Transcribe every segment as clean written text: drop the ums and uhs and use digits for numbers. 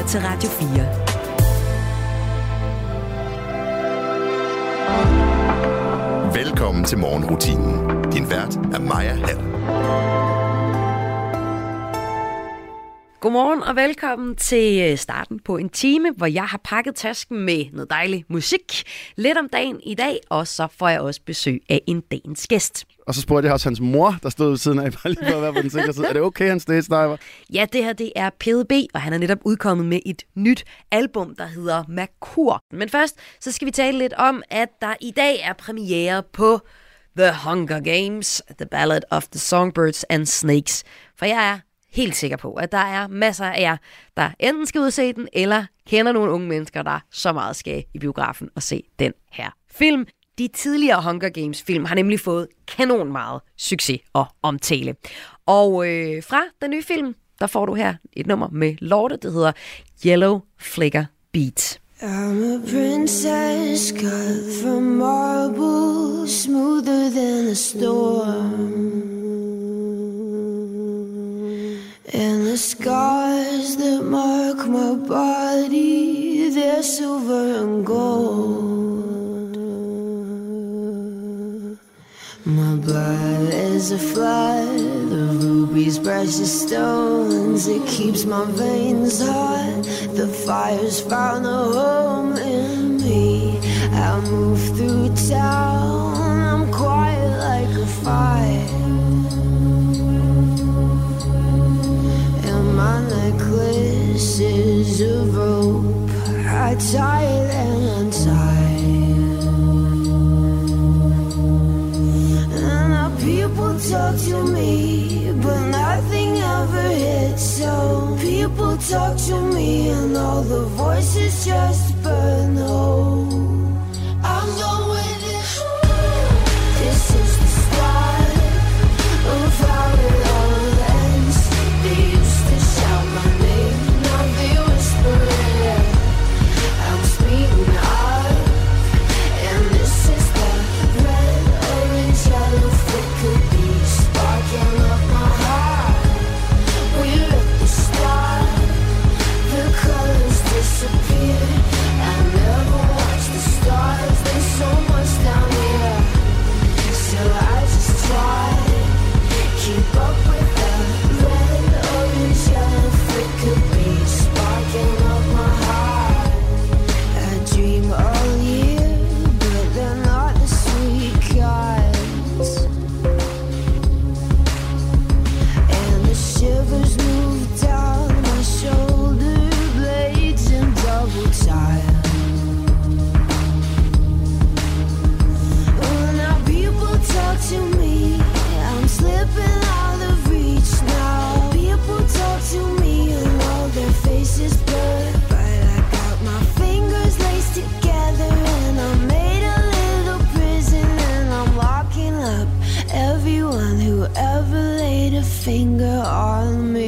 til Radio 4. Velkommen til morgenrutinen. Din vært er Maja Hall. Godmorgen og velkommen til starten på en time, hvor jeg har pakket tasken med noget dejlig musik lidt om dagen i dag, og så får jeg også besøg af en dagens gæst. Og så spurgte jeg også hans mor, der stod ved siden af, bare lige for at være på den sikre side. Er det okay, han stage diver? Ja, det her det er PDB, og han er netop udkommet med et nyt album, der hedder Merkur. Men først, så skal vi tale lidt om, at der i dag er premiere på The Hunger Games, The Ballad of the Songbirds and Snakes. For jeg er helt sikker på, at der er masser af jer, der enten skal ud og se den, eller kender nogle unge mennesker, der så meget skal i biografen og se den her film. De tidligere Hunger Games film har nemlig fået kanon meget succes og omtale. Og fra den nye film, der får du her et nummer med Lorde, det hedder Yellow Flicker Beat. I'm a princess cut from marble, smoother than a storm. And the scars that mark my body, they're silver and gold. My blood is a flood of rubies, precious stones. It keeps my veins hot. The fire's found a home in me. I move through town, I'm quiet like a fire. My necklace is of rope, I tie it and untie. And now people talk to me, but nothing ever hits. So people talk to me and all the voices just burn. Oh, I'm done with it. This is the start of how it all ends. They used to shout my name, now they whisper it. I'm speeding up, and this is the red, orange, yellow flicker beat, sparking up my heart. We're at the start, the colors disappear. I never watch the stars, there's so much down here. So I just try, keep up with the red, orange, yellow flicker beat, sparking up my heart. I dream all year, but they're not the sweet kinds. And the shivers move down my shoulder blades in double time. Oh, now people talk to me, I'm slipping out of reach now. People talk to me and all their faces blur, but I got my fingers laced together and I made a little prison and I'm locking up everyone who ever laid a finger on me.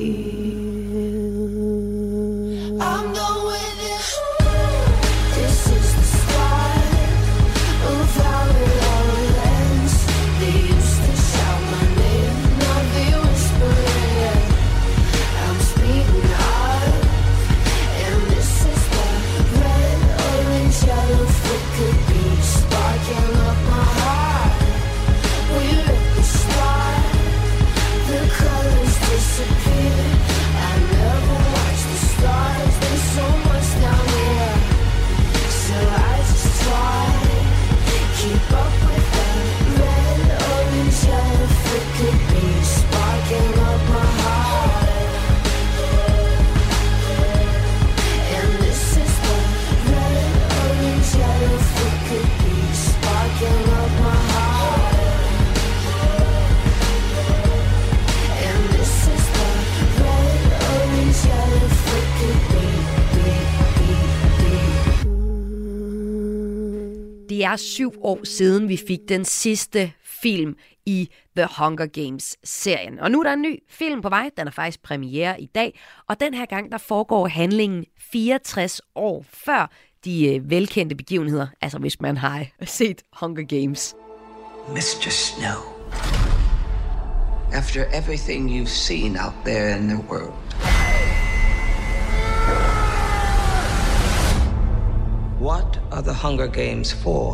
I'm done with it. This is the start of how it all ends. They used to shout my name, now they whisper it. I'm speeding up, and this is the red, orange, yellow flicker beat, sparking up my heart. We're at the start, the colors disappear. I never watch the stars, there's so much down here. So I just try, keep up with the red, orange, yellow flicker beat, sparking up my heart. And this is the red, orange, yellow flicker beat, sparking up my heart. And this is the red, orange, yellow flicker beat, beat, beat, beat. Det er 7 år siden, vi fik den sidste film i The Hunger Games-serien. Og nu er der en ny film på vej. Den er faktisk premiere i dag. Og den her gang, der foregår handlingen 64 år før de velkendte begivenheder. Altså hvis man har set Hunger Games. Mr. Snow, after everything you've seen out there in the world, What are the Hunger Games for?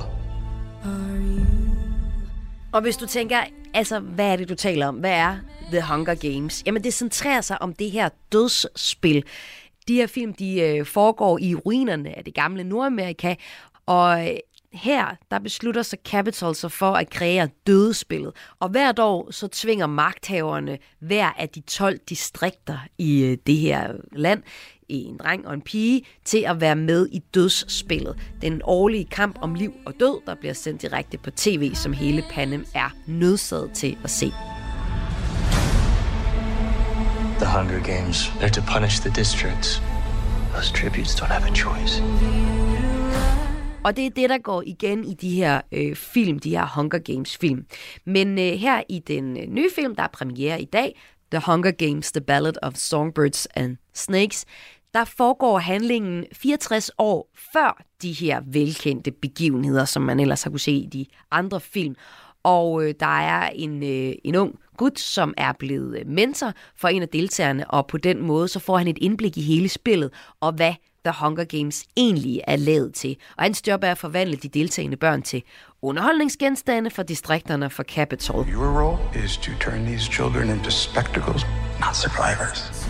Og hvis du tænker, altså, hvad er det, du taler om? Hvad er The Hunger Games? Jamen, det centrerer sig om det her dødsspil. De her film, de foregår i ruinerne af det gamle Nordamerika, og her, der beslutter sig Capitol sig for at kreere dødsspillet. Og hvert år, så tvinger magthaverne hver af de 12 distrikter i det her land, en dreng og en pige, til at være med i dødsspillet. Den årlige kamp om liv og død, der bliver sendt direkte på tv, som hele Panem er nødsaget til at se. The Hunger Games. They're to punish the districts. Those tributes don't have a choice. Og det er det, der går igen i de her film, de her Hunger Games-film. Men her i den nye film, der er premiere i dag, The Hunger Games, The Ballad of Songbirds and Snakes, der foregår handlingen 64 år før de her velkendte begivenheder, som man ellers har kunne se i de andre film. Og der er en ung gut, som er blevet mentor for en af deltagerne, og på den måde så får han et indblik i hele spillet, og hvad The Hunger Games egentlig er lavet til. Og hans job er at forvandle de deltagende børn til underholdningsgenstande for distrikterne for Capitol. Your role is to turn these children into spectacles, not survivors.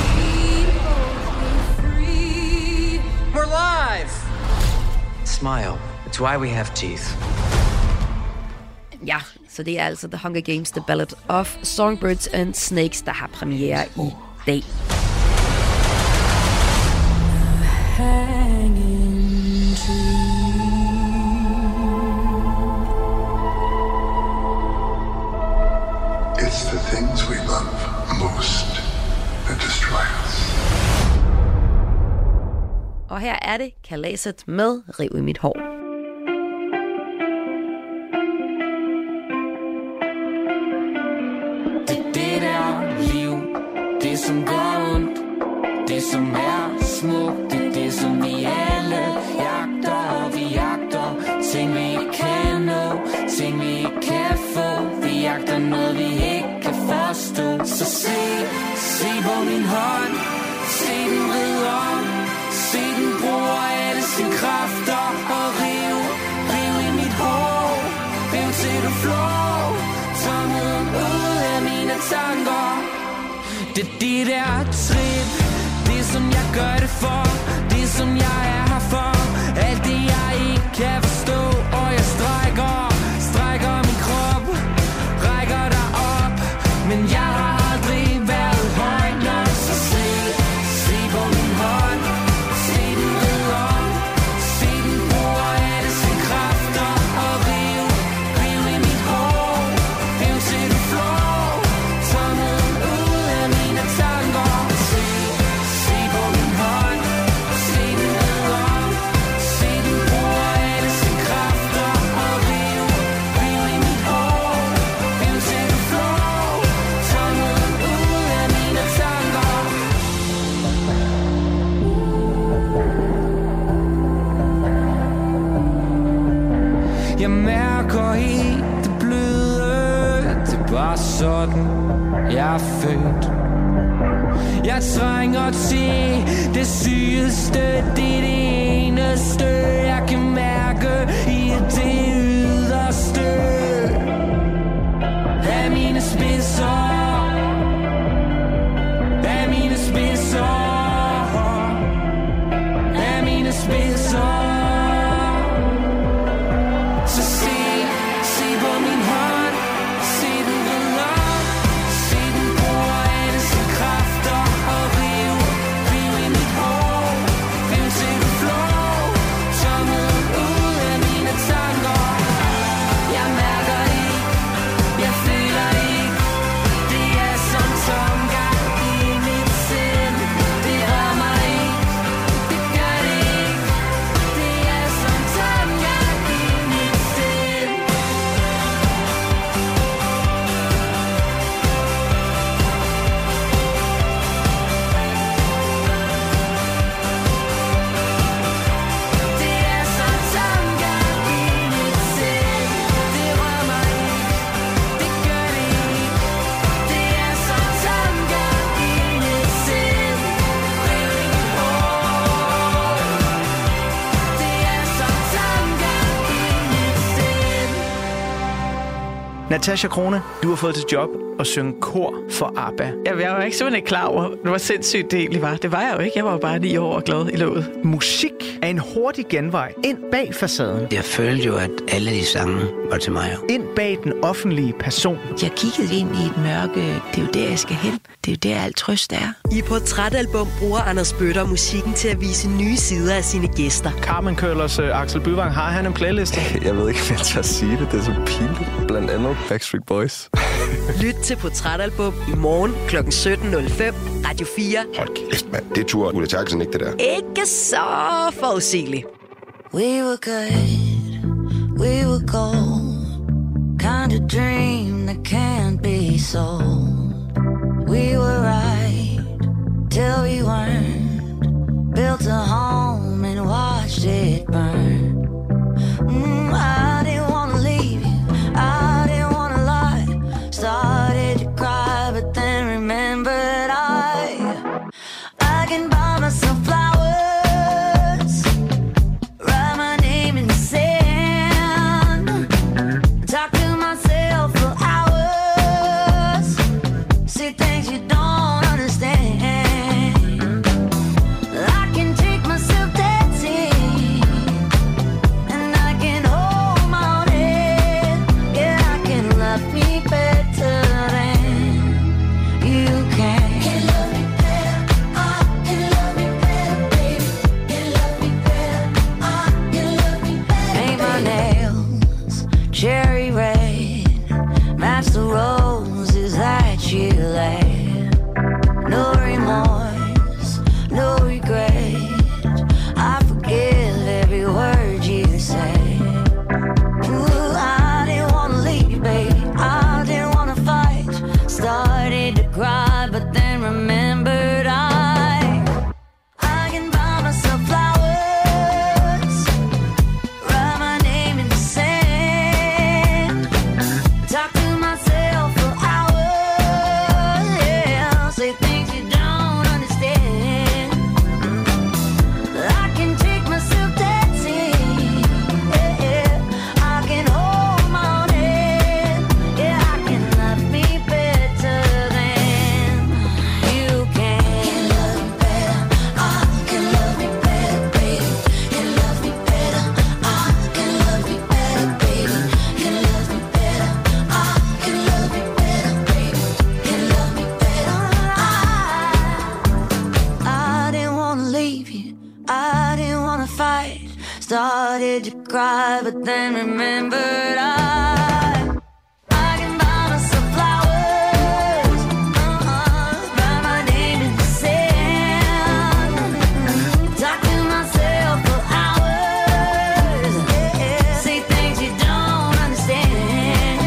We're live! Smile. It's why we have teeth. Ja, så det er altså The Hunger Games, The Ballad of Songbirds and Snakes, der har premiere i dag. It's the things we love most that destroy us. Og her er det Kalaset med Riv i mit hår. Det der liv, det som gør ondt, det som er smukt, det som vi alle jagter, og vi jagter ting vi ikke kan nå, ting vi ikke kan få, vi jagter noget vi ikke kan forstå. Så se på min hånd, se den vride om, se den bruger alle sine kræfter, og riv i mit hår, riv til du flår, tomheden ud af mine tanker. Det er de der trip, det som jeg gør det for, det som jeg er her for, alt det jeg ikke kan forstå, og jeg strækker min krop, rækker dig op, men jeg har aldrig været høj nok. Så se på min hånd, se den vride om, se den bruger alle sine kræfter, og riv i mit hår, riv til du flår, tomheden ud af mine tanker. Se på min hånd, se den vride om, se den bruger alle sine kræfter, og riv i mit hår, riv til du flår, tomheden ud af mine tanker. Jeg mærker helt det bløde, det er bare sådan, jeg er født. Jeg trænger til det sygeste, det er det eneste, jeg kan mærke i det yderste af mine spidser, af mine spidser, af mine spidser. Så se på min hånd, se den vride om, se den bruger alle sine kræfter, og riv i mit hår, riv til du flår, tomheden ud af mine tanker. Jeg mærker ikke, jeg føler ikke, Natasha Crone, du har fået til job at synge kor for ABBA. Jeg var ikke simpelthen klar over, hvor sindssygt det egentlig var. Det var jeg jo ikke. Jeg var jo bare 9 år og glad i låget. Musik er en hurtig genvej ind bag facaden. Jeg følte jo, at alle de sange var til mig. Ind bag den offentlige person. Jeg kiggede ind i et mørke. Det er jo der, jeg skal hen. Det er jo der, alt trøst er. I Portrætalbum bruger Anders Bøtter musikken til at vise nye sider af sine gæster. Carmen Køllers Axel Byvang, har han en playliste? Jeg ved ikke, hvad jeg skal sige det. Det er så pinligt. Blandt andet Backstreet Boys. Lyt til Portrætalbum i morgen kl. 17.05. Radio 4. Hold kæft, mand. Det turde Ulla Terkelsen ikke, det der. Ikke så forudsigeligt. We were good, we were gold. Kind of dream that can't be sold. We were right till we weren't. Built a home and watched it burn. I didn't want to leave you, I didn't want to lie. Started to cry, but then remembered I can buy myself flowers, write my name in the sand, talk to myself for hours, say things you don't understand. I can take myself dancing, and I can hold my own head. Yeah, I can love me better than you can. Can love me better, I can love me better, baby. Can love me better, I can love me better. Paint my nails cherry red, match the roses that you laid. No remorse, no regret. I forgive every word you say. Ooh, I didn't want to leave you, baby. I didn't want to fight. Started to cry, but then remembered I can buy myself flowers, write my name in the sand, talk to myself for hours, yeah, say things you don't understand. I can take myself dancing, yeah, I can hold my own head, yeah, I can love me better than you can. Can love me better, I can love me better, baby. Can love me better, I can love me better, baby. Can love me better, I can love me better, baby. Can love me better, I didn't want to leave you, I didn't want to fight. Started to cry, but then remembered I can buy myself flowers, write my name in the sand, talk to myself for hours, say things you don't understand.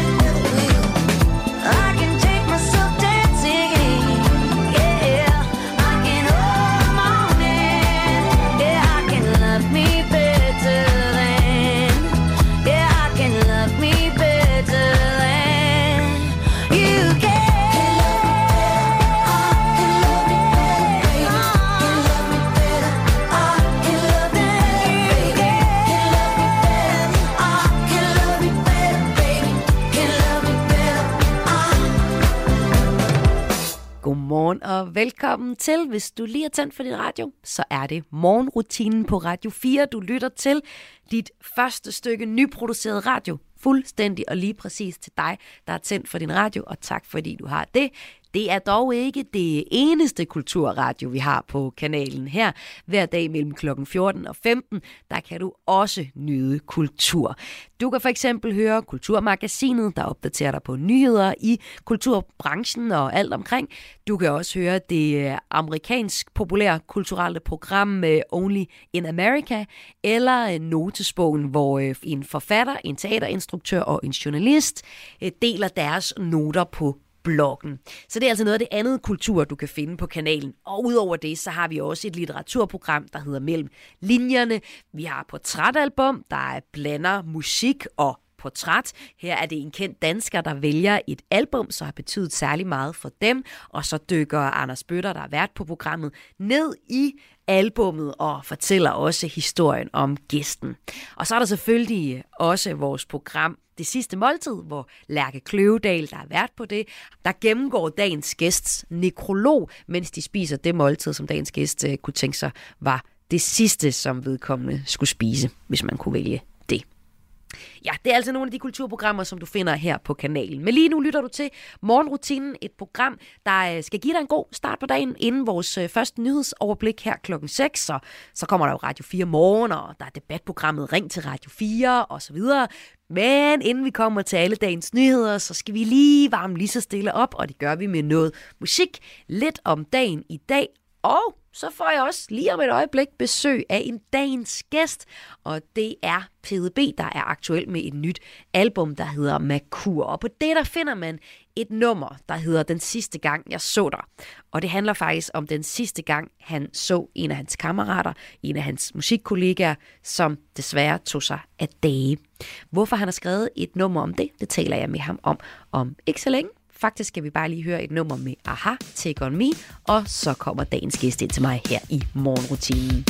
I can take myself dancing, yeah, I can hold my own hand, yeah, I can love me better than, yeah, I can love me better than you can. Can love me better, I can love me better, baby. Can love me better, I can love me better, baby. Can love me better, I. Godmorgen og velkommen til. Hvis du lige har tændt for din radio, så er det morgenrutinen på Radio 4. Du lytter til dit første stykke nyproduceret radio. Fuldstændig og lige præcis til dig, der er tændt for din radio, og tak fordi du har det. Det er dog ikke det eneste kulturradio, vi har på kanalen her. Hver dag mellem klokken 14 og 15, der kan du også nyde kultur. Du kan for eksempel høre Kulturmagasinet, der opdaterer dig på nyheder i kulturbranchen og alt omkring. Du kan også høre det amerikansk populære kulturelle program Only in America, eller notesbogen, hvor en forfatter, en teaterinstruktør og en journalist deler deres noter på bloggen. Så det er altså noget af det andet kultur, du kan finde på kanalen. Og udover det, så har vi også et litteraturprogram, der hedder Mellem Linjerne. Vi har Portrætalbum, der blander musik og portræt. Her er det en kendt dansker, der vælger et album, som har betydet særlig meget for dem. Og så dykker Anders Bøtter, der er vært på programmet, ned i albummet og fortæller også historien om gæsten. Og så er der selvfølgelig også vores program Det Sidste Måltid, hvor Lærke Kløvedal, der er vært på det, der gennemgår dagens gæsts nekrolog, mens de spiser det måltid, som dagens gæst kunne tænke sig var det sidste, som vedkommende skulle spise, hvis man kunne vælge det. Ja, det er altså nogle af de kulturprogrammer, som du finder her på kanalen. Men lige nu lytter du til Morgenrutinen, et program, der skal give dig en god start på dagen inden vores første nyhedsoverblik her klokken 6. Så kommer der jo Radio 4 morgen, og der er debatprogrammet Ring til Radio 4 osv. Men inden vi kommer til alle dagens nyheder, så skal vi lige varme lige så stille op, og det gør vi med noget musik, lidt om dagen i dag. Og så får jeg også lige om et øjeblik besøg af en dagens gæst, og det er PDB, der er aktuel med et nyt album, der hedder Merkur. Og på det der finder man et nummer, der hedder Den Sidste Gang Jeg Så Dig. Og det handler faktisk om den sidste gang, han så en af hans kammerater, en af hans musikkollegaer, som desværre tog sig af dage. Hvorfor han har skrevet et nummer om det, det taler jeg med ham om ikke så længe. Faktisk skal vi bare lige høre et nummer med Aha, Take On Me, og så kommer dagens gæst ind til mig her i Morgenrutinen.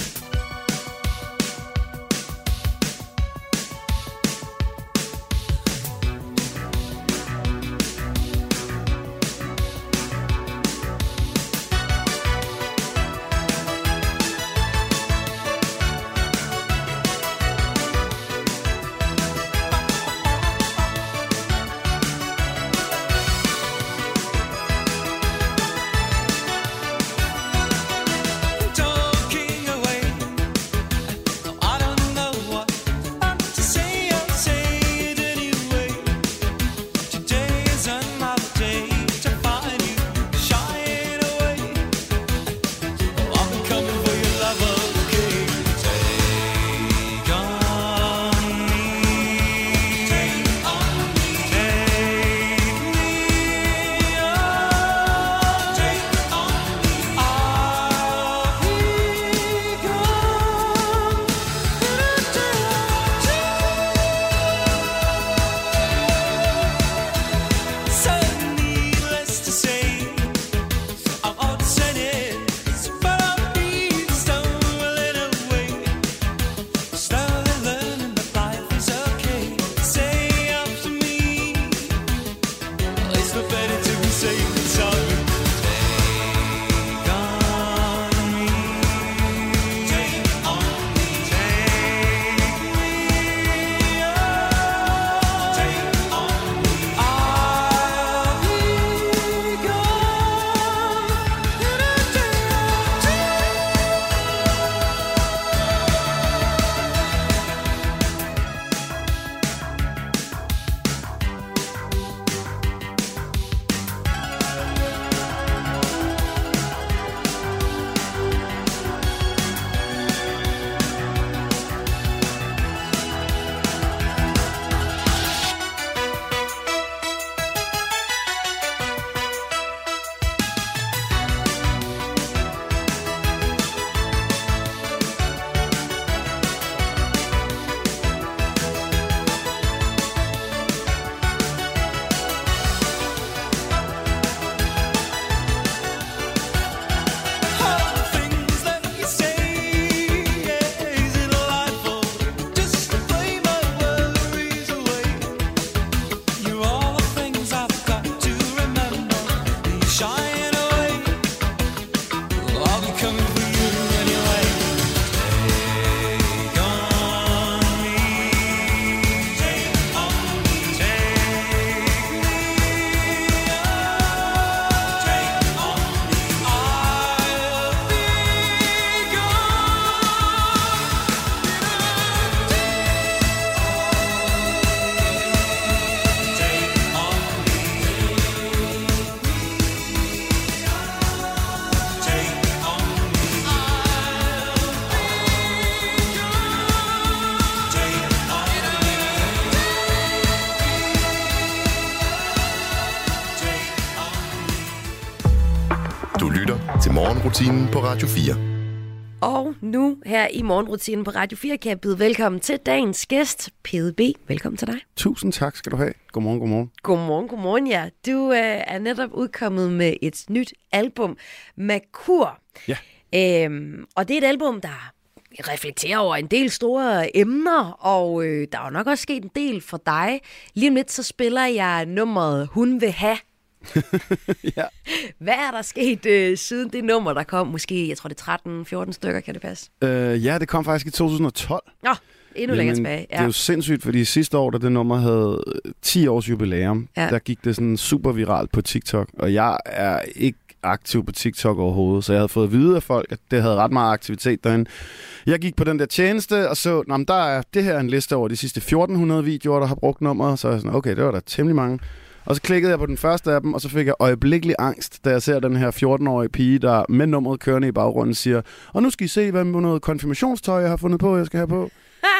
Du lytter til Morgenrutinen på Radio 4. Og nu her i morgenrutinen på Radio 4 kan jeg byde velkommen til dagens gæst, PDB. Velkommen til dig. Tusind tak skal du have. Godmorgen. Godmorgen, ja. Du er netop udkommet med et nyt album, Merkur. Ja. Og det er et album, der reflekterer over en del store emner, og der er jo nok også sket en del for dig. Lige om lidt, så spiller jeg nummeret Hun vil have. Ja. Hvad er der sket siden det nummer, der kom? Måske, jeg tror det er 13-14 stykker, kan det passe? Ja, det kom faktisk i 2012. Nå, endnu længere tilbage. Ja. Det er jo sindssygt, fordi sidste år, da det nummer havde 10 års jubilæum, der gik det sådan super viralt på TikTok, og jeg er ikke aktiv på TikTok overhovedet, så jeg havde fået at vide af folk, at det havde ret meget aktivitet derinde. Jeg gik på den der tjeneste og så, der er det her en liste over de sidste 1400 videoer, der har brugt nummeret, så jeg sådan, okay, det var da temmelig mange. Og så klikkede jeg på den første af dem, og så fik jeg øjeblikkelig angst, da jeg ser den her 14-årige pige, der med nummeret kørende i baggrunden siger, og nu skal I se, hvad med noget konfirmationstøj, jeg har fundet på, jeg skal have på.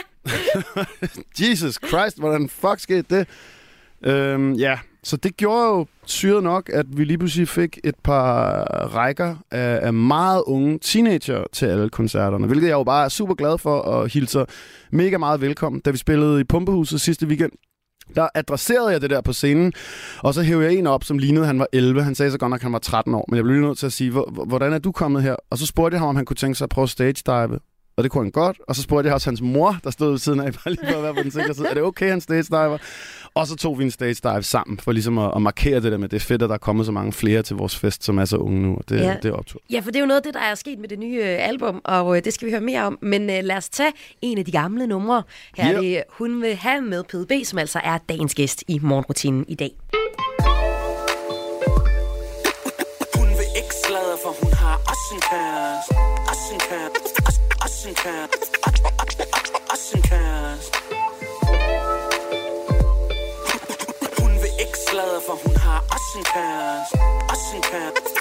Jesus Christ, hvordan fuck skete det? Ja, så det gjorde jo syret nok, at vi lige pludselig fik et par rækker af meget unge teenager til alle koncerterne, hvilket jeg jo bare er super glad for og hilser mega meget velkommen. Da vi spillede i Pumpehuset sidste weekend, der adresserede jeg det der på scenen, og så hævde jeg en op, som lignede, han var 11. Han sagde så godt nok, at han var 13 år, men jeg blev lige nødt til at sige, hvordan er du kommet her? Og så spurgte jeg ham, om han kunne tænke sig at prøve stage-dive. Og det kunne han godt. Og så spurgte jeg også hans mor, der stod ved siden af, bare lige for at være på den sikre side. Er det okay, han stage-diver? Og så tog vi en stage-dive sammen, for ligesom at markere det der med, det er fedt, at der er kommet så mange flere til vores fest, som er så unge nu. Og det er optur. Ja, for det er jo noget af det, der er sket med det nye album, og det skal vi høre mere om. Men lad os tage en af de gamle numre. Her er det Hun vil have med PDB, som altså er dagens gæst i morgenrutinen i dag. Hun vil ikke sladre, for hun har også en kæreste. Også en kæreste. Også en kæreste. Også en kæreste. Hun vil ikke sladre, for hun har også en kæreste. Også en kæreste.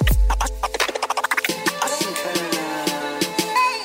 Også en kæreste.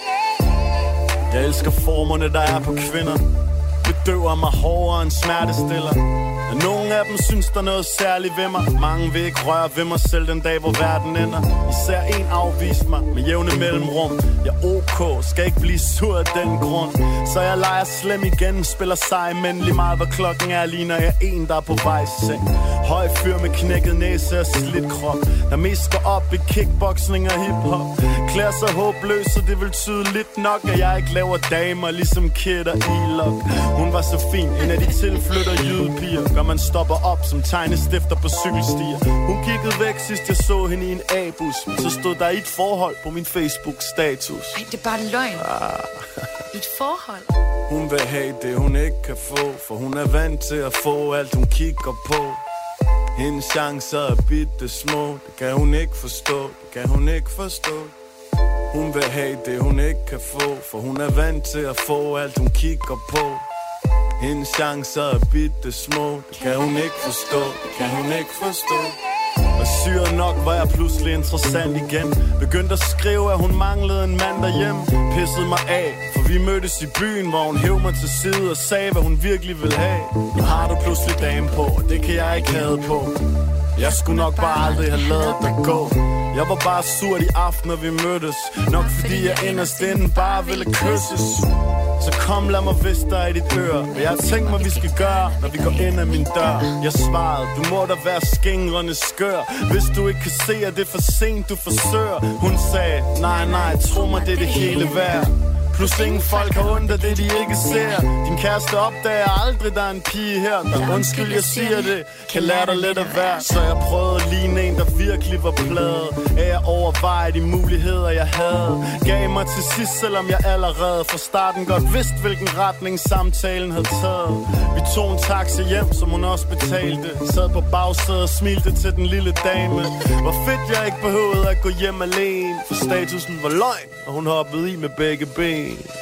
Jeg elsker formerne, der er på kvinder. Bedøver mig hårdere end smertestiller. Og nogle af dem synes, der er noget særligt ved mig. Mange vil ikke røre ved mig selv den dag, hvor verden ender. Især en afviste mig med jævne mellemrum. Jeg OK, skal ikke blive sur af den grund. Så jeg leger slem igen, spiller sej, men lige meget hvad klokken er, ligner jeg en, der er på vej i seng. Høj fyr med knækket næse og slidt krop, der mest går op i kickboxing og hiphop. Klæder sig håbløs, så det vil tyde lidt nok, at jeg ikke laver damer ligesom Kid og E-Lock. Hun var så fin, en af de tilflytter jydepiger. Gør man stopper op som tegnestifter på cykelstier. Hun kiggede væk sidst jeg så hende i en A-bus, men så stod der et forhold på min Facebook-status. Ej, det er bare løgn. Et forhold. Hun vil have det hun ikke kan få, for hun er vant til at få alt hun kigger på. Hendes chancer er bitte små, det kan hun ikke forstå, det kan hun ikke forstå. Hun vil have det hun ikke kan få, for hun er vant til at få alt hun kigger på. Hendes chancer er bitte små, det kan hun ikke forstå, det kan hun ikke forstå. Og syret nok var jeg pludselig interessant igen. Begyndte at skrive, at hun manglede en mand derhjemme. Pissede mig af, for vi mødtes i byen, hvor hun hævde mig til side og sagde, hvad hun virkelig ville have. Nu har du pludselig dame på, og det kan jeg ikke have på. Jeg skulle nok bare aldrig have ladet dig gå. Jeg var bare sur de aftener vi mødtes, nok fordi jeg inderst inden bare ville kysses. Så kom, lad mig viske i dit øre, hvad jeg har tænkt mig vi skal gøre, når vi går ind ad min dør. Jeg svarede, du må da være skingrende skør, hvis du ikke kan se, at det er for sent du forsøger. Hun sagde, nej, tro mig det er det hele værd. Plus ingen folk har ondt af det de ikke ser. Din kæreste opdager aldrig der er en pige her, der undskyld jeg siger det, kan lære dig lidt at være. Så jeg prøvede at ligne en der virkelig var plaget af at overveje de muligheder jeg havde. Gav mig til sidst, selvom jeg allerede fra starten godt vidste hvilken retning samtalen havde taget. Vi tog en taxi hjem, som hun også betalte. Sad på bagsædet og smilte til den lille dame. Hvor fedt jeg ikke behøvede at gå hjem alene, for statusen var løgn, og hun hoppede i med begge ben.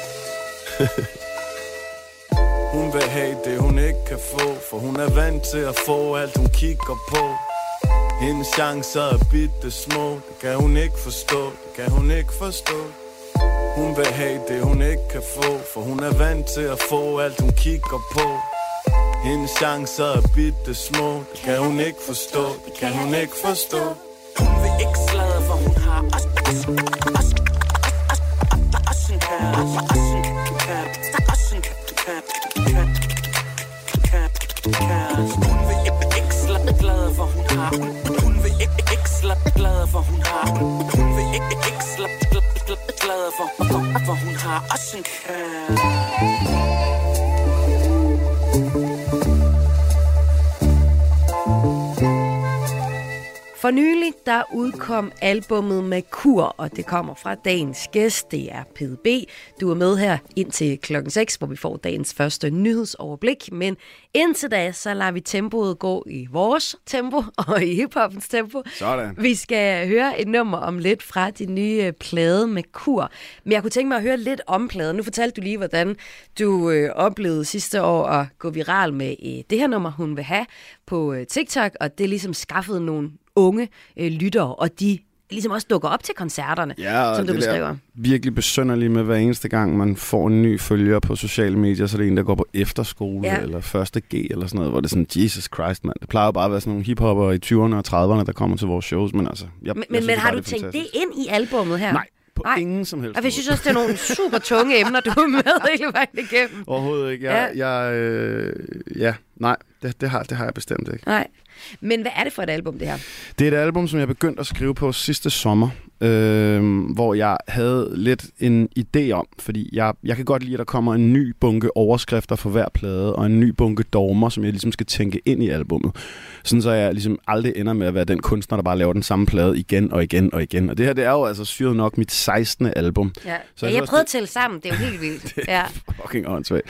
Hun vil have det hun ikke kan få, for hun er vant til at få alt hun kigger på. Hendes chancer er bitte små, det kan hun ikke forstå, det kan hun ikke forstå. Hun vil have det hun ikke kan få, for hun er vant til at få alt hun kigger på. Hendes chancer er bitte små, det kan hun ikke forstå, det kan hun ikke forstå. Hun vil ikke sladre, for hun har glad for hun har også en kæreste. For nylig, der udkom albummet Merkur, og det kommer fra dagens gæst, det er PDB. Du er med her indtil klokken 6, hvor vi får dagens første nyhedsoverblik. Men indtil da, så lader vi tempoet gå i vores tempo og i hiphoppens tempo. Sådan. Vi skal høre et nummer om lidt fra din nye plade Merkur. Men jeg kunne tænke mig at høre lidt om pladen. Nu fortalte du lige, hvordan du oplevede sidste år at gå viral med det her nummer, hun vil have på TikTok, og det ligesom skaffede nogle unge lyttere, og de ligesom også dukker op til koncerterne, som du beskriver. Ja, virkelig besynderligt med hver eneste gang, man får en ny følger på sociale medier, så det er en, der går på efterskole eller første G eller sådan noget, hvor det er sådan, Jesus Christ, mand. Det plejer jo bare at være sådan nogle hiphopper i 20'erne og 30'erne, der kommer til vores shows, men altså... Men har du tænkt det ind i albummet her? Nej. På ingen som helst. Og jeg synes også, det er nogle super tunge emner, du er med hele vejen igennem. Overhovedet ikke. Nej, det har jeg bestemt ikke. Nej. Men hvad er det for et album, det her? Det er et album, som jeg begyndte at skrive på sidste sommer, hvor jeg havde lidt en idé om, fordi jeg kan godt lide, at der kommer en ny bunke overskrifter for hver plade, og en ny bunke dogmer, som jeg ligesom skal tænke ind i albummet. Sådan så jeg ligesom aldrig ender med at være den kunstner, der bare laver den samme plade igen og igen og igen. Og det her, det er jo altså syret nok mit 16. album. Ja, så jeg prøvede at tælle sammen, det er jo helt vildt. Det er fucking åndssvagt.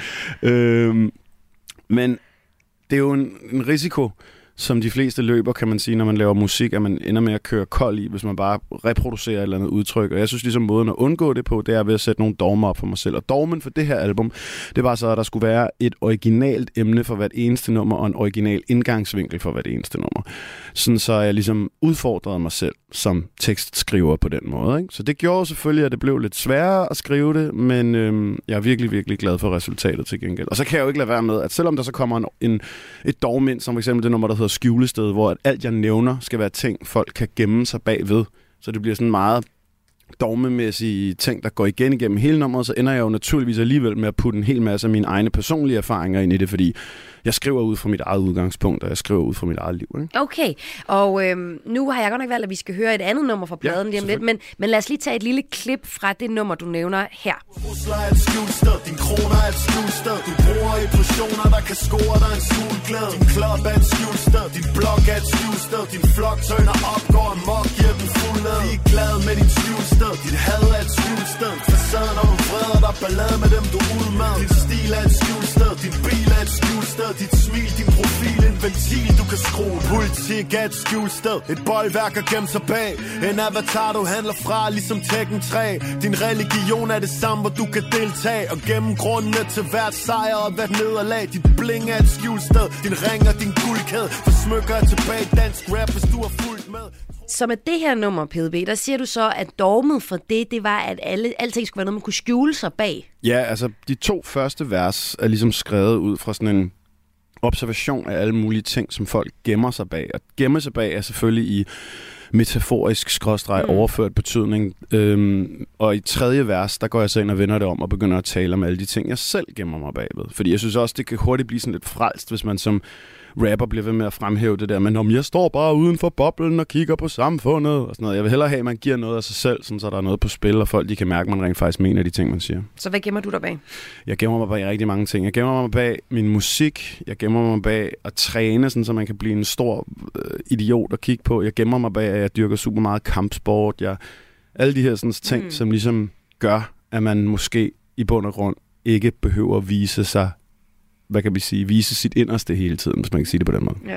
Men det er jo en risiko, som de fleste løber, kan man sige, når man laver musik, at man ender med at køre kold i, hvis man bare reproducerer et eller andet udtryk. Og jeg synes ligesom, måden at undgå det på, det er ved at sætte nogle dogmer op for mig selv. Og dogmen for det her album, det var så, at der skulle være et originalt emne for hvert eneste nummer, og en original indgangsvinkel for hvert eneste nummer. Sådan så jeg ligesom udfordrede mig selv som tekstskriver på den måde. Ikke? Så det gjorde selvfølgelig, at det blev lidt sværere at skrive det, men jeg er virkelig, virkelig glad for resultatet til gengæld. Og så kan jeg jo ikke lade være med, at selvom der så kommer et dogme ind, som for eksempel det nummer, der hedder Skjulested, hvor at alt jeg nævner skal være ting, folk kan gemme sig bagved. Så det bliver sådan meget dogmemæssige ting, der går igen igennem hele nummeret, så ender jeg jo naturligvis alligevel med at putte en hel masse af mine egne personlige erfaringer ind i det, fordi jeg skriver ud fra mit eget udgangspunkt, og jeg skriver ud fra mit eget liv. Ikke? Okay, og nu har jeg godt nok valgt, at vi skal høre et andet nummer fra pladen lige om lidt, men lad os lige tage et lille klip fra det nummer, du nævner her. Rusler er et skjulsted, din kroner er et skjulsted. Du bruger illusioner, der kan score dig en skjulglæde. Din klub er et skjulsted, din blog er et skjulsted. Din flok tøjner op, går amok, giver den fuldled. Vi er glad med dit skjulsted, dit had er et skjulsted. Facaden og vreder dig, ballade med dem du er ude med. Din stil er et skjulsted, din bil er et skjulsted. Dit smil, din profil, en ventil du kan skrue. Politik er et skjulsted, et boldværk at gemme sig bag. En avatar du handler fra, ligesom Tekken 3. Din religion er det samme, hvor du kan deltage. Og gennem grundene til hvert sejr og hvert nederlag. Dit bling er et skjulsted, din ring og din guldkæde. For smykker er tilbage dansk rap, hvis du har fulgt med. Så med det her nummer, PDB, der siger du så, at dogmet for det var, at alting skulle være noget, man kunne skjule sig bag. Ja, altså de 2 første vers er ligesom skrevet ud fra sådan en observation af alle mulige ting, som folk gemmer sig bag. Og gemme sig bag er selvfølgelig i metaforisk overført betydning. Og i 3. vers, der går jeg så ind og vender det om og begynder at tale om alle de ting, jeg selv gemmer mig bagved. Fordi jeg synes også, det kan hurtigt blive sådan lidt frelst, hvis man som rapper bliver ved med at fremhæve det der, men om jeg står bare uden for boblen og kigger på samfundet og sådan noget. Jeg vil hellere have, at man giver noget af sig selv, sådan så der er noget på spil, og folk de kan mærke, at man rent faktisk mener de ting, man siger. Så hvad gemmer du der bag? Jeg gemmer mig bag rigtig mange ting. Jeg gemmer mig bag min musik. Jeg gemmer mig bag at træne, sådan så man kan blive en stor idiot at kigge på. Jeg gemmer mig bag, at jeg dyrker super meget kampsport. Alle de her sådan ting, som ligesom gør, at man måske i bund og grund ikke behøver at vise sig, hvad kan vi sige, vise sit inderste hele tiden, hvis man kan sige det på den måde. Ja.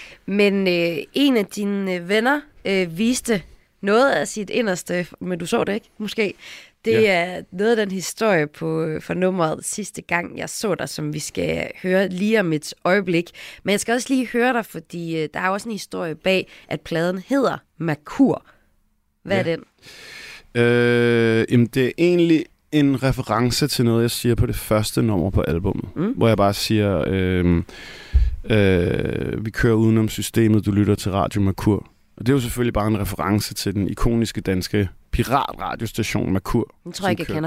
Men en af dine venner viste noget af sit inderste, men du så det ikke, måske. Det er noget af den historie for nummeret sidste gang, jeg så dig, som vi skal høre lige om et øjeblik. Men jeg skal også lige høre dig, fordi der er også en historie bag, at pladen hedder Merkur. Hvad er den? Jamen, det er egentlig en reference til noget, jeg siger på det første nummer på albummet, hvor jeg bare siger, vi kører udenom systemet, du lytter til Radio Merkur. Og det er jo selvfølgelig bare en reference til den ikoniske danske piratradiostation Merkur. Den tror jeg ikke, jeg kender.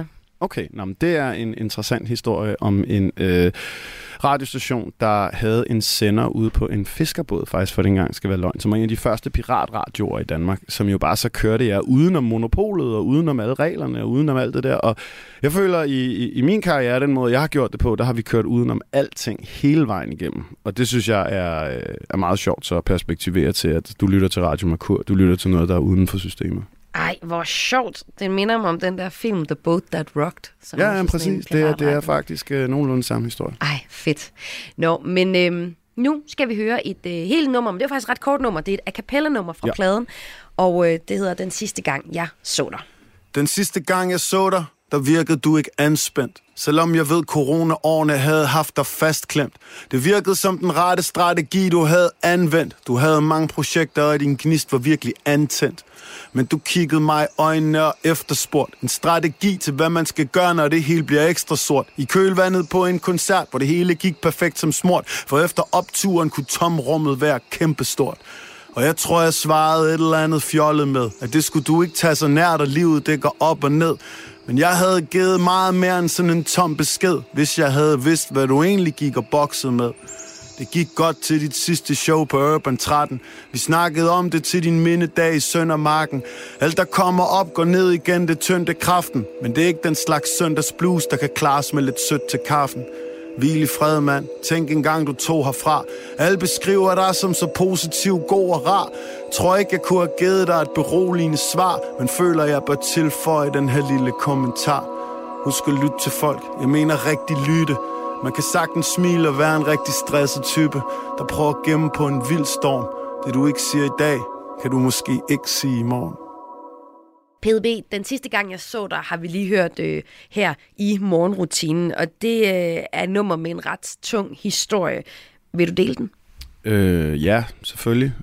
Okay, men det er en interessant historie om en radiostation, der havde en sender ude på en fiskerbåd, faktisk for den gang skal være løgn, som var en af de første piratradioer i Danmark, som jo bare så kørte jer udenom monopolet og udenom alle reglerne og udenom alt det der. Og jeg føler, i min karriere, den måde, jeg har gjort det på, der har vi kørt udenom alting hele vejen igennem. Og det synes jeg er meget sjovt så at perspektivere til, at du lytter til Radio Mercur, du lytter til noget, der er uden for systemet. Ej, hvor sjovt. Den minder mig om den der film, The Boat That Rocked. Ja, præcis. Det er faktisk nogenlunde samme historie. Ej, fedt. Men nu skal vi høre et helt nummer, men det er faktisk et ret kort nummer. Det er et a cappella-nummer fra pladen, og det hedder Den sidste gang, jeg så dig. Den sidste gang, jeg så dig, der virkede du ikke anspændt. Selvom jeg ved, corona-årene havde haft dig fastklemt. Det virkede som den rette strategi, du havde anvendt. Du havde mange projekter, og din gnist var virkelig antændt. Men du kiggede mig i øjnene og efterspurgt en strategi til, hvad man skal gøre, når det hele bliver ekstra sort. I kølvandet på en koncert, hvor det hele gik perfekt som smurt. For efter opturen kunne tomrummet være kæmpestort. Og jeg tror, jeg svarede et eller andet fjollet med, at det skulle du ikke tage så nært, og livet det går op og ned. Men jeg havde givet meget mere end sådan en tom besked, hvis jeg havde vidst, hvad du egentlig gik og boksede med. Det gik godt til dit sidste show på Urban 13. Vi snakkede om det til din mindedag i Søndermarken. Alt der kommer op, går ned igen, det tyndte kraften. Men det er ikke den slags søndagsblues, der kan klares med lidt sødt til kaffen. Hvil i fred, mand. Tænk engang, du tog herfra. Alle beskriver dig som så positiv, god og rar. Tror ikke, jeg kunne have givet dig et beroligende svar, men føler, jeg bør tilføje den her lille kommentar. Husk at lytte til folk. Jeg mener rigtig lytte. Man kan sagtens smile og være en rigtig stresset type, der prøver at gemme på en vild storm. Det du ikke siger i dag, kan du måske ikke sige i morgen. PDB, den sidste gang jeg så dig, har vi lige hørt her i morgenrutinen, og det er et nummer med en ret tung historie. Vil du dele den? Ja, selvfølgelig.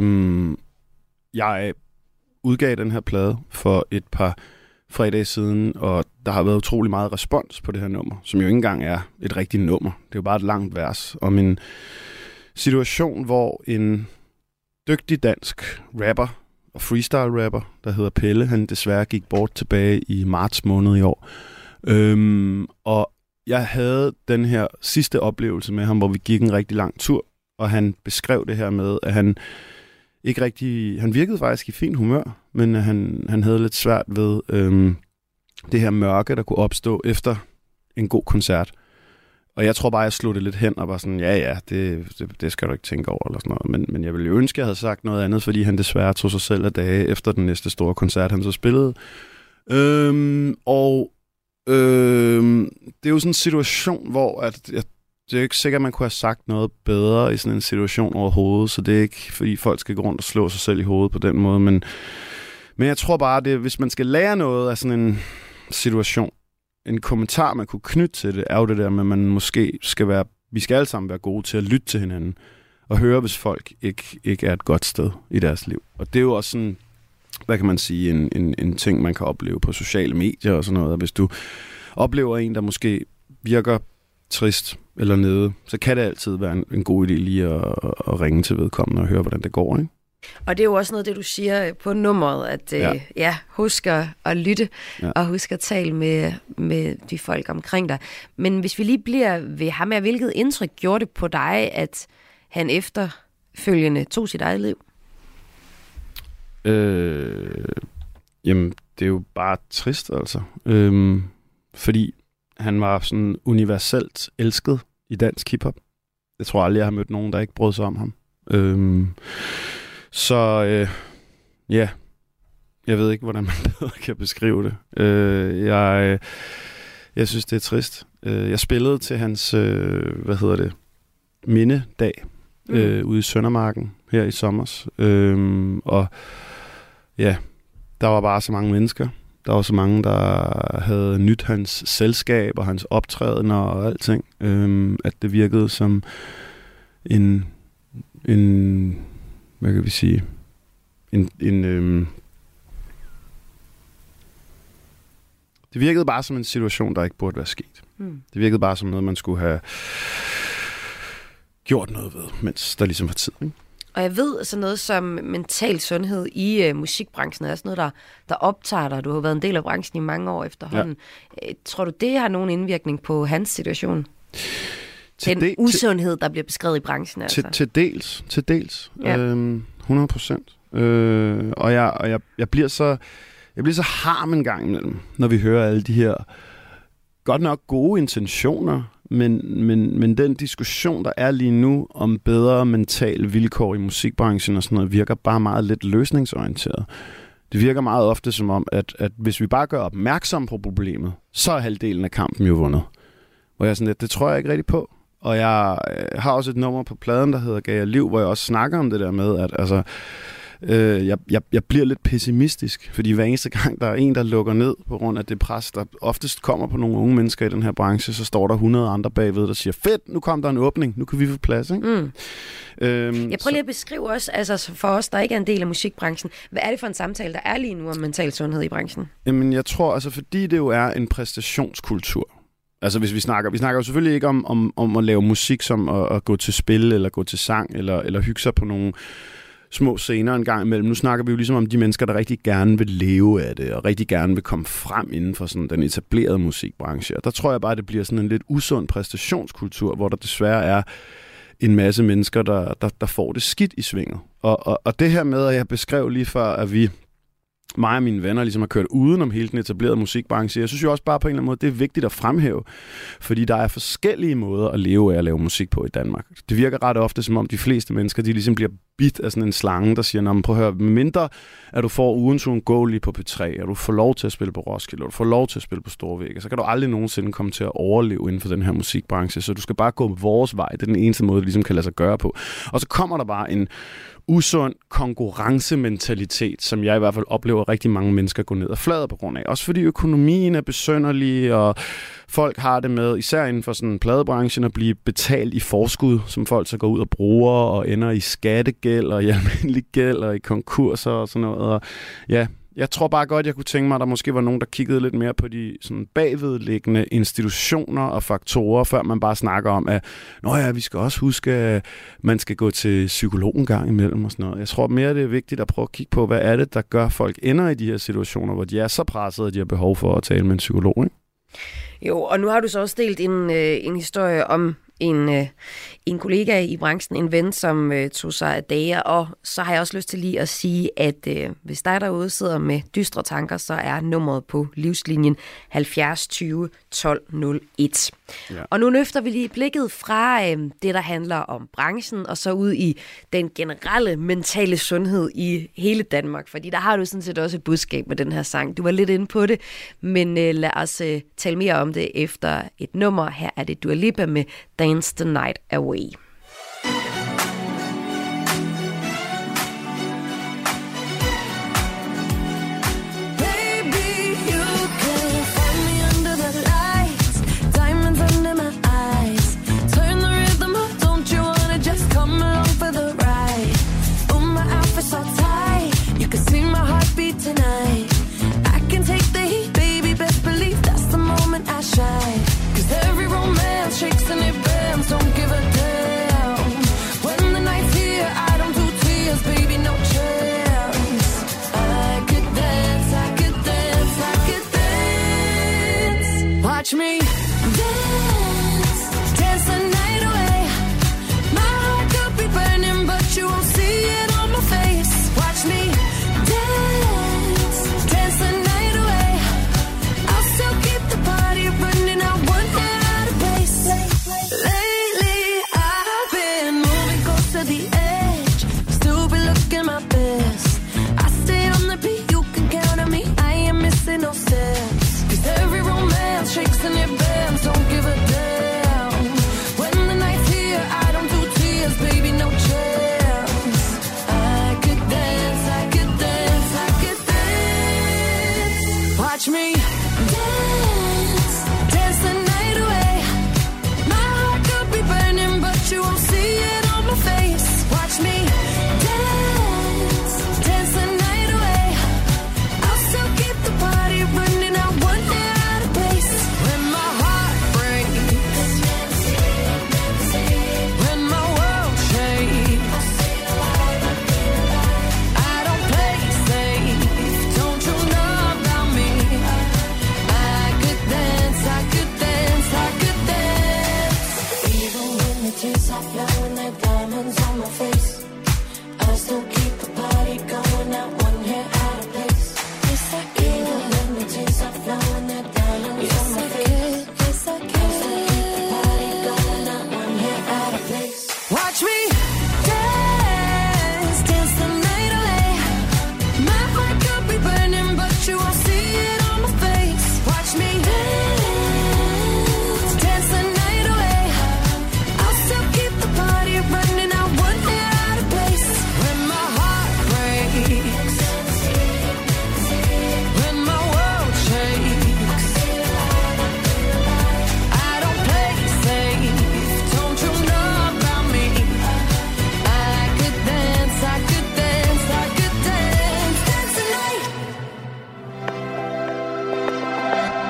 Jeg udgav den her plade for et par fredage siden, og der har været utrolig meget respons på det her nummer, som jo ikke engang er et rigtigt nummer. Det er jo bare et langt vers om en situation, hvor en dygtig dansk rapper og freestyle-rapper, der hedder Pelle, han desværre gik bort tilbage i marts måned i år. Og jeg havde den her sidste oplevelse med ham, hvor vi gik en rigtig lang tur, og han beskrev det her med, at han ikke rigtig... Han virkede faktisk i fin humør, men han havde lidt svært ved det her mørke, der kunne opstå efter en god koncert. Og jeg tror bare, jeg slog det lidt hen og var sådan, ja, det skal du ikke tænke over, eller sådan noget. Men jeg ville jo ønske, at jeg havde sagt noget andet, fordi han desværre tog sig selv af dage efter den næste store koncert, han så spillede. Det er jo sådan en situation, hvor det er ikke sikkert, at man kunne have sagt noget bedre i sådan en situation overhovedet, så det er ikke, fordi folk skal gå rundt og slå sig selv i hovedet på den måde, men jeg tror bare, at hvis man skal lære noget af sådan en situation, en kommentar, man kunne knytte til det, er jo det der med, at man måske skal være, vi skal alle sammen være gode til at lytte til hinanden, og høre, hvis folk ikke er et godt sted i deres liv. Og det er jo også sådan, hvad kan man sige, en ting, man kan opleve på sociale medier og sådan noget. Og hvis du oplever en, der måske virker trist eller nede, så kan det altid være en god idé lige at ringe til vedkommende og høre, hvordan det går, ikke? Og det er jo også noget, det du siger på nummeret, at husk at lytte, og husk at tale med de folk omkring dig. Men hvis vi lige bliver ved ham her, hvilket indtryk gjorde det på dig, at han efterfølgende tog sit eget liv? Jamen, det er jo bare trist, altså. Fordi han var sådan universelt elsket i dansk hiphop. Jeg tror aldrig, jeg har mødt nogen, der ikke brød sig om ham. Jeg ved ikke, hvordan man bedre kan beskrive det. Jeg synes, det er trist. Jeg spillede til hans, mindedag ude i Søndermarken her i sommers. Og ja, der var bare så mange mennesker. Der var så mange, der havde nyt hans selskab og hans optrædener og alting. At det virkede som en hvad kan vi sige, det virkede bare som en situation, der ikke burde være sket. Det virkede bare som noget, man skulle have gjort noget ved, mens der ligesom var tid. Ikke? Og jeg ved, sådan noget som mental sundhed i musikbranchen er også noget, der optager dig. Du har været en del af branchen i mange år efterhånden. Ja. Tror du, det har nogen indvirkning på hans situation? Den usundhed, der bliver beskrevet i branchen, altså? Til dels. Ja. 100%. Og jeg bliver så harm en gang imellem, når vi hører alle de her godt nok gode intentioner, men den diskussion, der er lige nu om bedre mentale vilkår i musikbranchen og sådan noget, virker bare meget lidt løsningsorienteret. Det virker meget ofte som om, at hvis vi bare gør opmærksom på problemet, så er halvdelen af kampen jo vundet. Hvor jeg sådan lidt, det tror jeg ikke rigtig på. Og jeg har også et nummer på pladen, der hedder Gav jer liv, hvor jeg også snakker om det der med, at altså, jeg bliver lidt pessimistisk, fordi hver eneste gang, der er en, der lukker ned på grund af det pres, der oftest kommer på nogle unge mennesker i den her branche, så står der 100 andre bagved, der siger, fedt, nu kom der en åbning, nu kan vi få plads, ikke? Jeg prøver lige at beskrive også, altså for os, der ikke er en del af musikbranchen, hvad er det for en samtale, der er lige nu om mental sundhed i branchen? Jamen, jeg tror, altså fordi det jo er en præstationskultur. Altså hvis vi snakker jo selvfølgelig ikke om at lave musik som at gå til spil, eller gå til sang, eller hygge sig på nogle små scener en gang imellem. Nu snakker vi jo ligesom om de mennesker, der rigtig gerne vil leve af det, og rigtig gerne vil komme frem inden for sådan den etablerede musikbranche. Og der tror jeg bare, det bliver sådan en lidt usund præstationskultur, hvor der desværre er en masse mennesker, der får det skidt i svinget. Og det her med, at jeg beskrev lige før, at mig og mine venner ligesom har kørt udenom hele den etablerede musikbranche. Jeg synes jo også bare på en eller anden måde, det er vigtigt at fremhæve, fordi der er forskellige måder at leve af at lave musik på i Danmark. Det virker ret ofte, som om de fleste mennesker, de ligesom bliver bidt af sådan en slange, der siger, prøv at høre, mindre at du får ugens uundgåelige på P3, og du får lov til at spille på Roskilde, og du får lov til at spille på Storvægge, så kan du aldrig nogensinde komme til at overleve inden for den her musikbranche, så du skal bare gå vores vej. Det er den eneste måde, det ligesom kan lade sig gøre på. Og så kommer der bare en usund konkurrencementalitet, som jeg i hvert fald oplever rigtig mange mennesker gå ned og flader på grund af. Også fordi økonomien er besynderlig, og folk har det med, især inden for sådan pladebranchen, at blive betalt i forskud, som folk så går ud og bruger, og ender i skattegæld, og i almindelig gæld, og i konkurser og sådan noget. Og ja, jeg tror bare godt, jeg kunne tænke mig, at der måske var nogen, der kiggede lidt mere på de sådan bagvedliggende institutioner og faktorer, før man bare snakker om, at vi skal også huske, at man skal gå til psykolog en gang imellem og sådan noget. Jeg tror mere, det er vigtigt at prøve at kigge på, hvad er det, der gør, folk ender i de her situationer, hvor de er så pressede, at de har behov for at tale med en psykolog, ikke? Jo, og nu har du så også delt en historie om en kollega i branchen, en ven, som tog sig af dage, og så har jeg også lyst til lige at sige, at hvis dig derude sidder med dystre tanker, så er nummeret på Livslinjen 70 20 12 01. Ja. Og nu løfter vi lige blikket fra det, der handler om branchen, og så ud i den generelle mentale sundhed i hele Danmark, fordi der har du sådan set også et budskab med den her sang. Du var lidt inde på det, men lad os tale mere om det efter et nummer. Her er det Dua Lipa med Dance the Night Away. Watch me dance, dance the night away. My heart could be burning, but you won't see it on my face. Watch me dance, dance the night away. I'll still keep the party running, I won't get out of place. Lately I've been moving close to the edge, still be looking my best. I stay on the beat, you can count on me, I ain't missing no steps. Every romance shakes and it bends, don't give a damn. When the night's here, I don't do tears, baby, no chance. I could dance, I could dance, I could dance. Watch me dance, dance the night away. My heart could be burning, but you won't see it on my face. Watch me dance, dance the night away. I'll still keep the party running, I want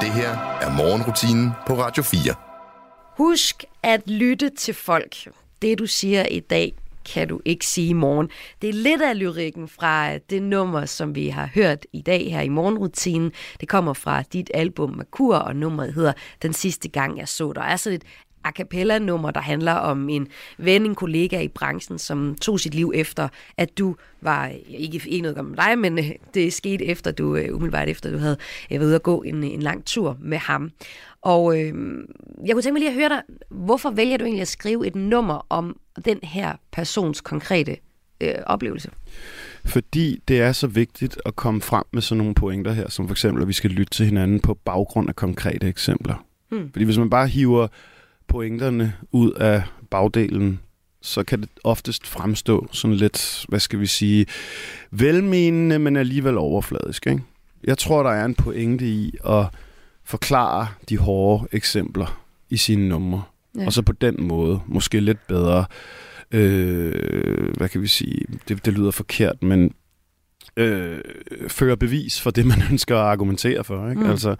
Det her er morgenrutinen på Radio 4. Husk at lytte til folk. Det, du siger i dag, kan du ikke sige i morgen. Det er lidt af lyrikken fra det nummer, som vi har hørt i dag her i morgenrutinen. Det kommer fra dit album Merkur, og nummeret hedder Den sidste gang, jeg så dig. Det er sådan et a cappella-nummer, der handler om en ven, en kollega i branchen, som tog sit liv efter, at du var, ikke noget om dig, men det skete efter, du umiddelbart efter, du havde været ude at gå en lang tur med ham. Og jeg kunne tænke mig lige at høre dig, hvorfor vælger du egentlig at skrive et nummer om den her persons konkrete oplevelse? Fordi det er så vigtigt at komme frem med sådan nogle pointer her, som for eksempel, at vi skal lytte til hinanden på baggrund af konkrete eksempler. Fordi hvis man bare hiver pointerne ud af bagdelen, så kan det oftest fremstå sådan lidt, hvad skal vi sige, velmenende, men alligevel overfladisk, ikke? Jeg tror, der er en pointe i at forklare de hårde eksempler i sine numre. Ja. Og så på den måde, måske lidt bedre, hvad kan vi sige, det lyder forkert, men føre bevis for det, man ønsker at argumentere for, ikke? Altså,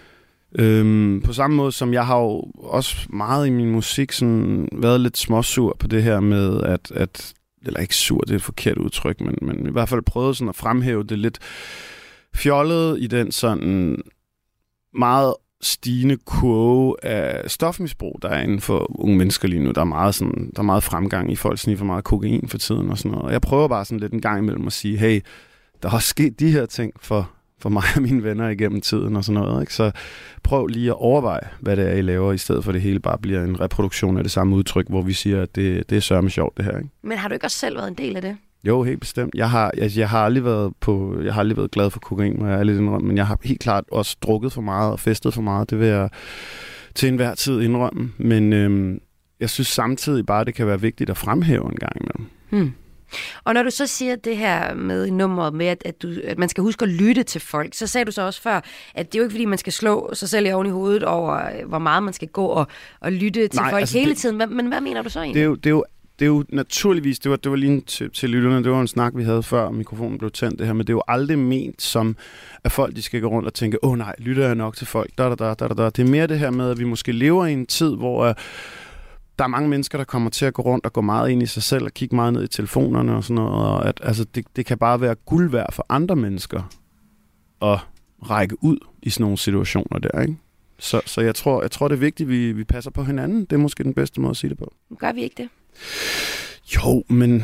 på samme måde som jeg har jo også meget i min musik sådan været lidt småsur på det her med, at eller ikke sur, det er et forkert udtryk, men i hvert fald prøvet sådan at fremhæve det lidt fjollet i den sådan meget stigende kurve af stofmisbrug, der er inden for unge mennesker lige nu. Der er meget fremgang i folk sniffer meget kokain for tiden og sådan noget. Og jeg prøver bare sådan lidt en gang imellem at sige, hey, der har sket de her ting for mig og mine venner igennem tiden og sådan noget, ikke? Så prøv lige at overveje, hvad det er, I laver, i stedet for det hele bare bliver en reproduktion af det samme udtryk, hvor vi siger, at det er sørme sjovt, det her, ikke? Men har du ikke også selv været en del af det? Jo, helt bestemt. Jeg har aldrig været glad for kokain, men jeg har helt klart også drukket for meget og festet for meget. Det vil jeg til enhver tid indrømme. Men jeg synes samtidig bare, det kan være vigtigt at fremhæve en gang imellem. Og når du så siger det her med nummeret med, at man skal huske at lytte til folk, så sagde du så også før, at det er jo ikke fordi, man skal slå sig selv oven i hovedet over, hvor meget man skal gå og lytte til folk altså hele tiden. Men hvad mener du så egentlig? Det er jo naturligvis, det var lige til lytterne, det var en snak, vi havde før mikrofonen blev tændt det her, men det er jo aldrig ment som, at folk de skal gå rundt og tænke, nej, lytter jeg nok til folk, da. Det er mere det her med, at vi måske lever i en tid, hvor der er mange mennesker, der kommer til at gå rundt og gå meget ind i sig selv og kigge meget ned i telefonerne og sådan noget, og at altså, det kan bare være guld værd for andre mennesker at række ud i sådan nogle situationer der, ikke? Så jeg tror, det er vigtigt, at vi passer på hinanden. Det er måske den bedste måde at sige det på. Gør vi ikke det? Jo, men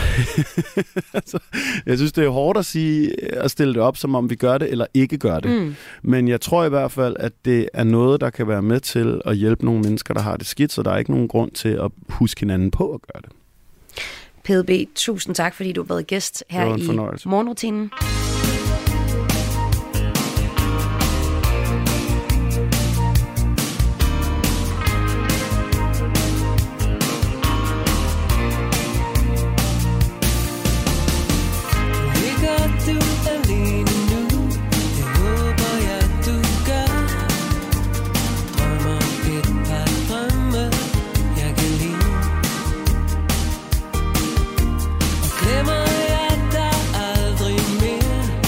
altså, jeg synes, det er hårdt at stille det op, som om vi gør det eller ikke gør det. Men jeg tror i hvert fald, at det er noget, der kan være med til at hjælpe nogle mennesker, der har det skidt, så der er ikke nogen grund til at huske hinanden på at gøre det. PDB, tusind tak, fordi du har været gæst her i morgenrutinen. Glemmer jeg dig aldrig mere.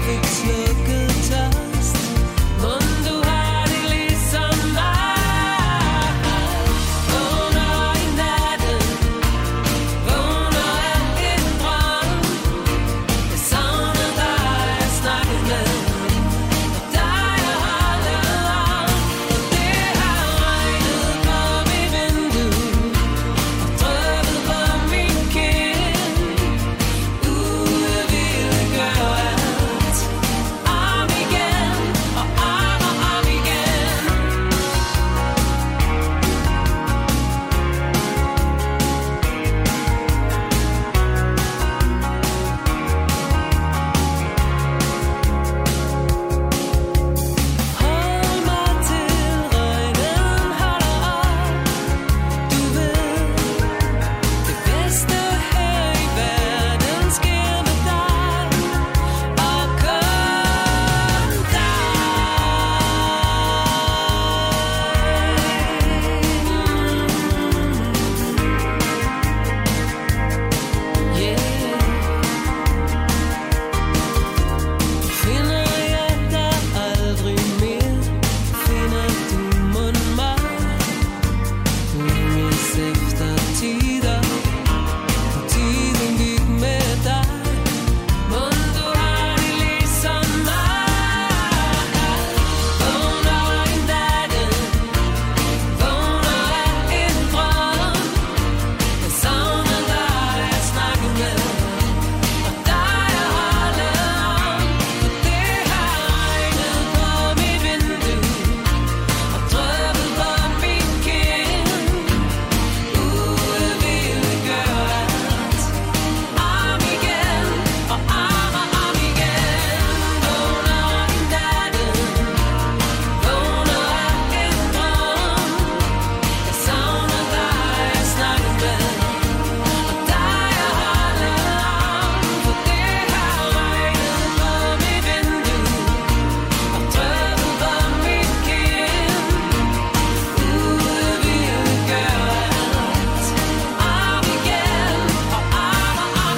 fik slukket tørst. Mon du har det ligesom mig. Vågner i natten, vågner af en drøm. Jeg savner dig, jeg snakker med, og dig jeg holder om. Og det har regnet på mit vindue, og drøbet på min kind. Jeg ville gøre alt om igen, og om igen. Hold mig til regnen holder op. Du ved, det bedste her i verden sker med dig, og kun dig. Finder jeg dig aldrig mere? Finder du mon mig? Længes efter tider, og tiden gik med dig. Mon du har det ligesom mig. Vågner i natten, vågner af en drøm. Jeg savner dig, jeg snakker med, og dig jeg holder om. Og det har regnet på mit vindue, og drøbet på min kind. Jeg ville gøre alt om igen, og om igen. Vågner i natten, vågner af en drøm. Jeg savner dig, jeg snakker med, og dig jeg holder om. For det har regnet på mit vindue, og drøbet på min kind. Jeg ville gøre alt om igen, og om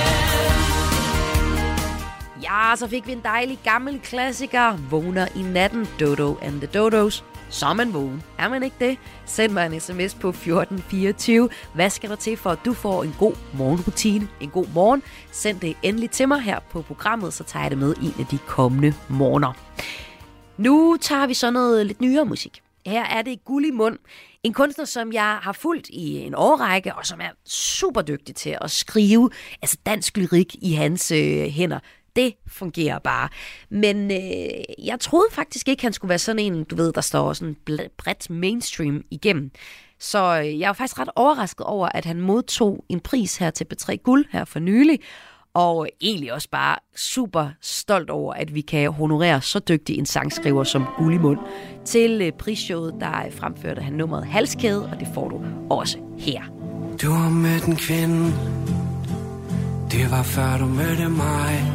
igen. Ja, så fik vi en dejlig gammel klassiker. Vågner i natten, Dodo and the Dodos. Så er man vågen. Er man ikke det? Send mig en sms på 1424. Hvad skal der til for, at du får en god morgenrutine? En god morgen? Send det endelig til mig her på programmet, så tager jeg det med en af de kommende morgener. Nu tager vi så noget lidt nyere musik. Her er det Guld i Mund. En kunstner, som jeg har fulgt i en årrække, og som er super dygtig til at skrive dansk lyrik i hans hænder. Det fungerer bare. Men jeg troede faktisk ikke, han skulle være sådan en, du ved, der står sådan bredt mainstream igennem. Så jeg var faktisk ret overrasket over, at han modtog en pris her til P3 Guld her for nylig. Og egentlig også bare super stolt over, at vi kan honorere så dygtig en sangskriver som Guld i Mund. Til prisshowet, der fremførte han nummeret Halskæde, og det får du også her. Du har mødt en kvinde, det var før du mødte mig.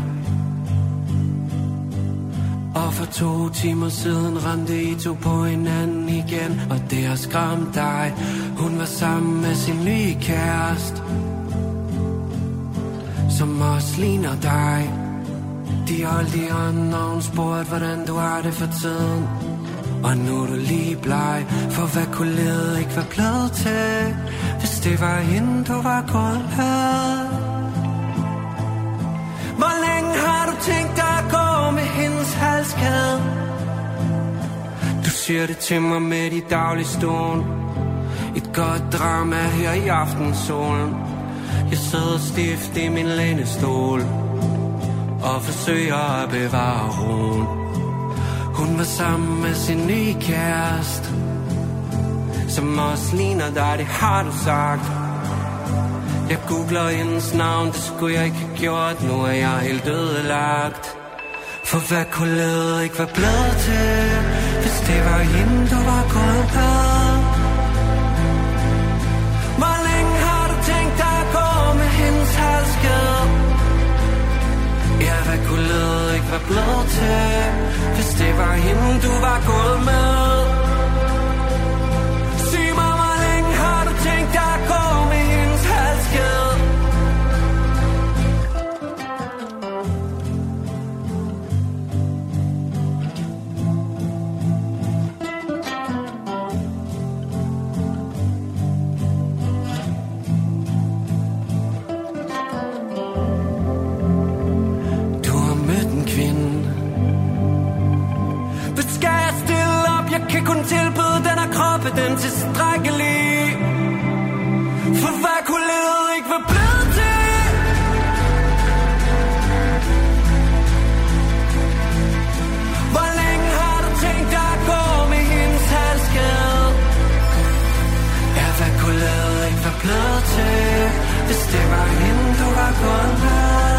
Og for 2 timer siden rendte I to på hinanden igen, og det har skræmt dig. Hun var sammen med sin nye kæreste, som også ligner dig. De holdt i hånden, og hun spurgte, hvordan du har det for tiden. Og nu er du lige bleg, for hvad kunne livet ikke være blevet til, hvis det var hende, du var gået med. Hvor længe har du tænkt dig at gå med hendes halskæde? Du siger det til mig med de daglige stål. Et godt drama her i aftensolen. Jeg sidder stift i min lænestol og forsøger at bevare roen. Hun var sammen med sin nye kæreste, som også ligner dig, det har du sagt. Jeg googler hendes navn, det skulle jeg ikke have gjort. Nu er jeg helt ødelagt. For hvad kunne livet ikke være blevet til, hvis det var hende, du var gået med? Hvor længe har du tænkt dig at gå med hendes halskæde? Ja, hvad kunne livet ikke være blevet til, hvis det var hende, du var gået med? Sig mig, hvor længe har du tænkt dig at gå med hendes halskæde? måske kun tilbyde den her kroppe den tilstrækkelig. For hvad kunne livet ikke være blevet til? Hvor længe har du tænkt dig at gå med hendes halskæde? Ja, hvad kunne livet ikke være blevet til? Hvis det var hende, du var gået med.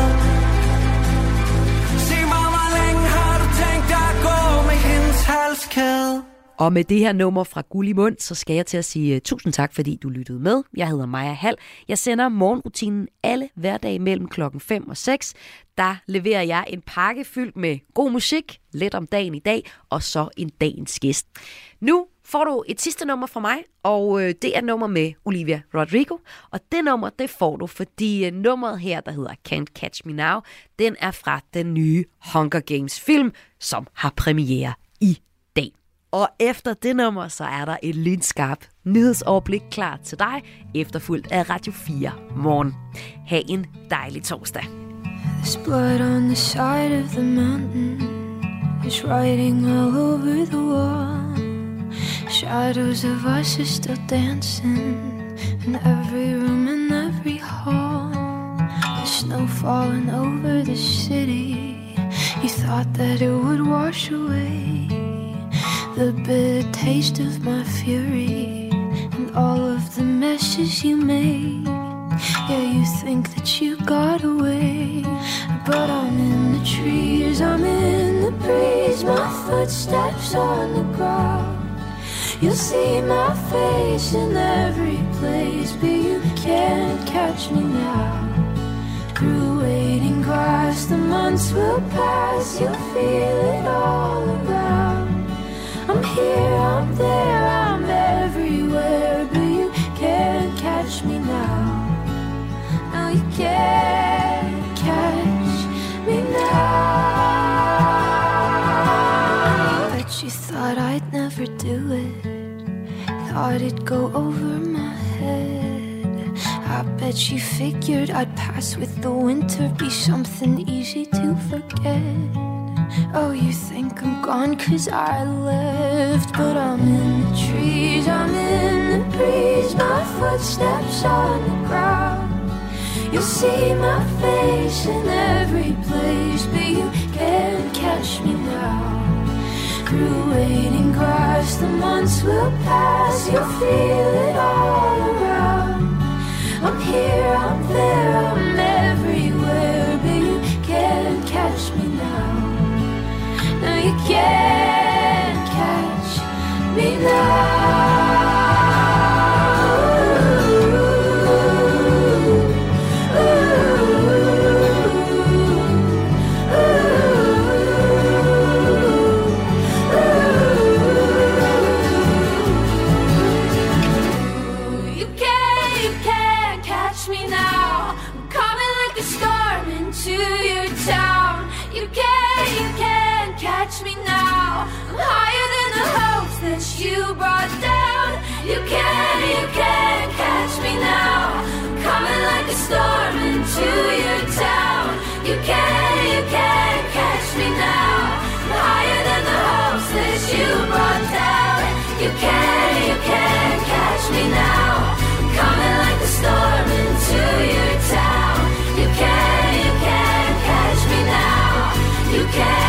Sig mig, hvor længe har du tænkt dig at gå med hendes halskæde? Og med det her nummer fra Guld i Mund, så skal jeg til at sige tusind tak, fordi du lyttede med. Jeg hedder Maja Hall. Jeg sender morgenrutinen alle hverdage mellem klokken 5 og 6. Der leverer jeg en pakke fyldt med god musik, lidt om dagen i dag, og så en dagens gæst. Nu får du et sidste nummer fra mig, og det er et nummer med Olivia Rodrigo. Og det nummer, det får du, fordi nummeret her, der hedder Can't Catch Me Now, den er fra den nye Hunger Games film, som har premiere i dag. Og efter det nummer, så er der et lynskarp nyhedsoverblik klar til dig, efterfulgt af Radio 4 morgen. Ha' en dejlig torsdag. There's blood on the side of the mountain. There's writing all over the wall. Shadows of us are still dancing in every room and every hall. The snow falling over the city. You thought that it would wash away the bitter taste of my fury and all of the messes you made. Yeah, you think that you got away, but I'm in the trees, I'm in the breeze, my footsteps on the ground. You'll see my face in every place, but you can't catch me now. Through waiting grass, the months will pass, you'll feel it all around. I'm here, I'm there, I'm everywhere, but you can't catch me now. No, you can't catch me now. Bet you thought I'd never do it, thought it'd go over my head. I bet you figured I'd pass with the winter, be something easy to forget. Oh, you think I'm gone 'cause I left, but I'm in the trees, I'm in the breeze, my footsteps on the ground. You'll see my face in every place, but you can't catch me now. Through waiting grass, the months will pass, you'll feel it all around. I'm here, I'm there, I'm everywhere, but you can't catch me now. No, you can't catch me now. You can't catch me now. I'm coming like a storm into your town. You can't catch me now. I'm higher than the hopes that you brought down. You can't catch me now. I'm coming like a storm into your town. You can't catch me now. I'm higher than the hopes that you brought down. You can't catch me now. I'm coming like a storm into your town. You can't catch me now. You can.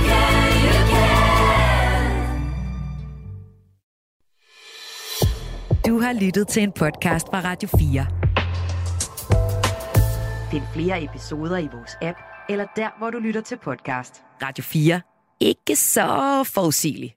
Du har lyttet til en podcast fra Radio 4. Find flere episoder i vores app, eller der, hvor du lytter til podcast. Radio 4. Ikke så forudsigeligt.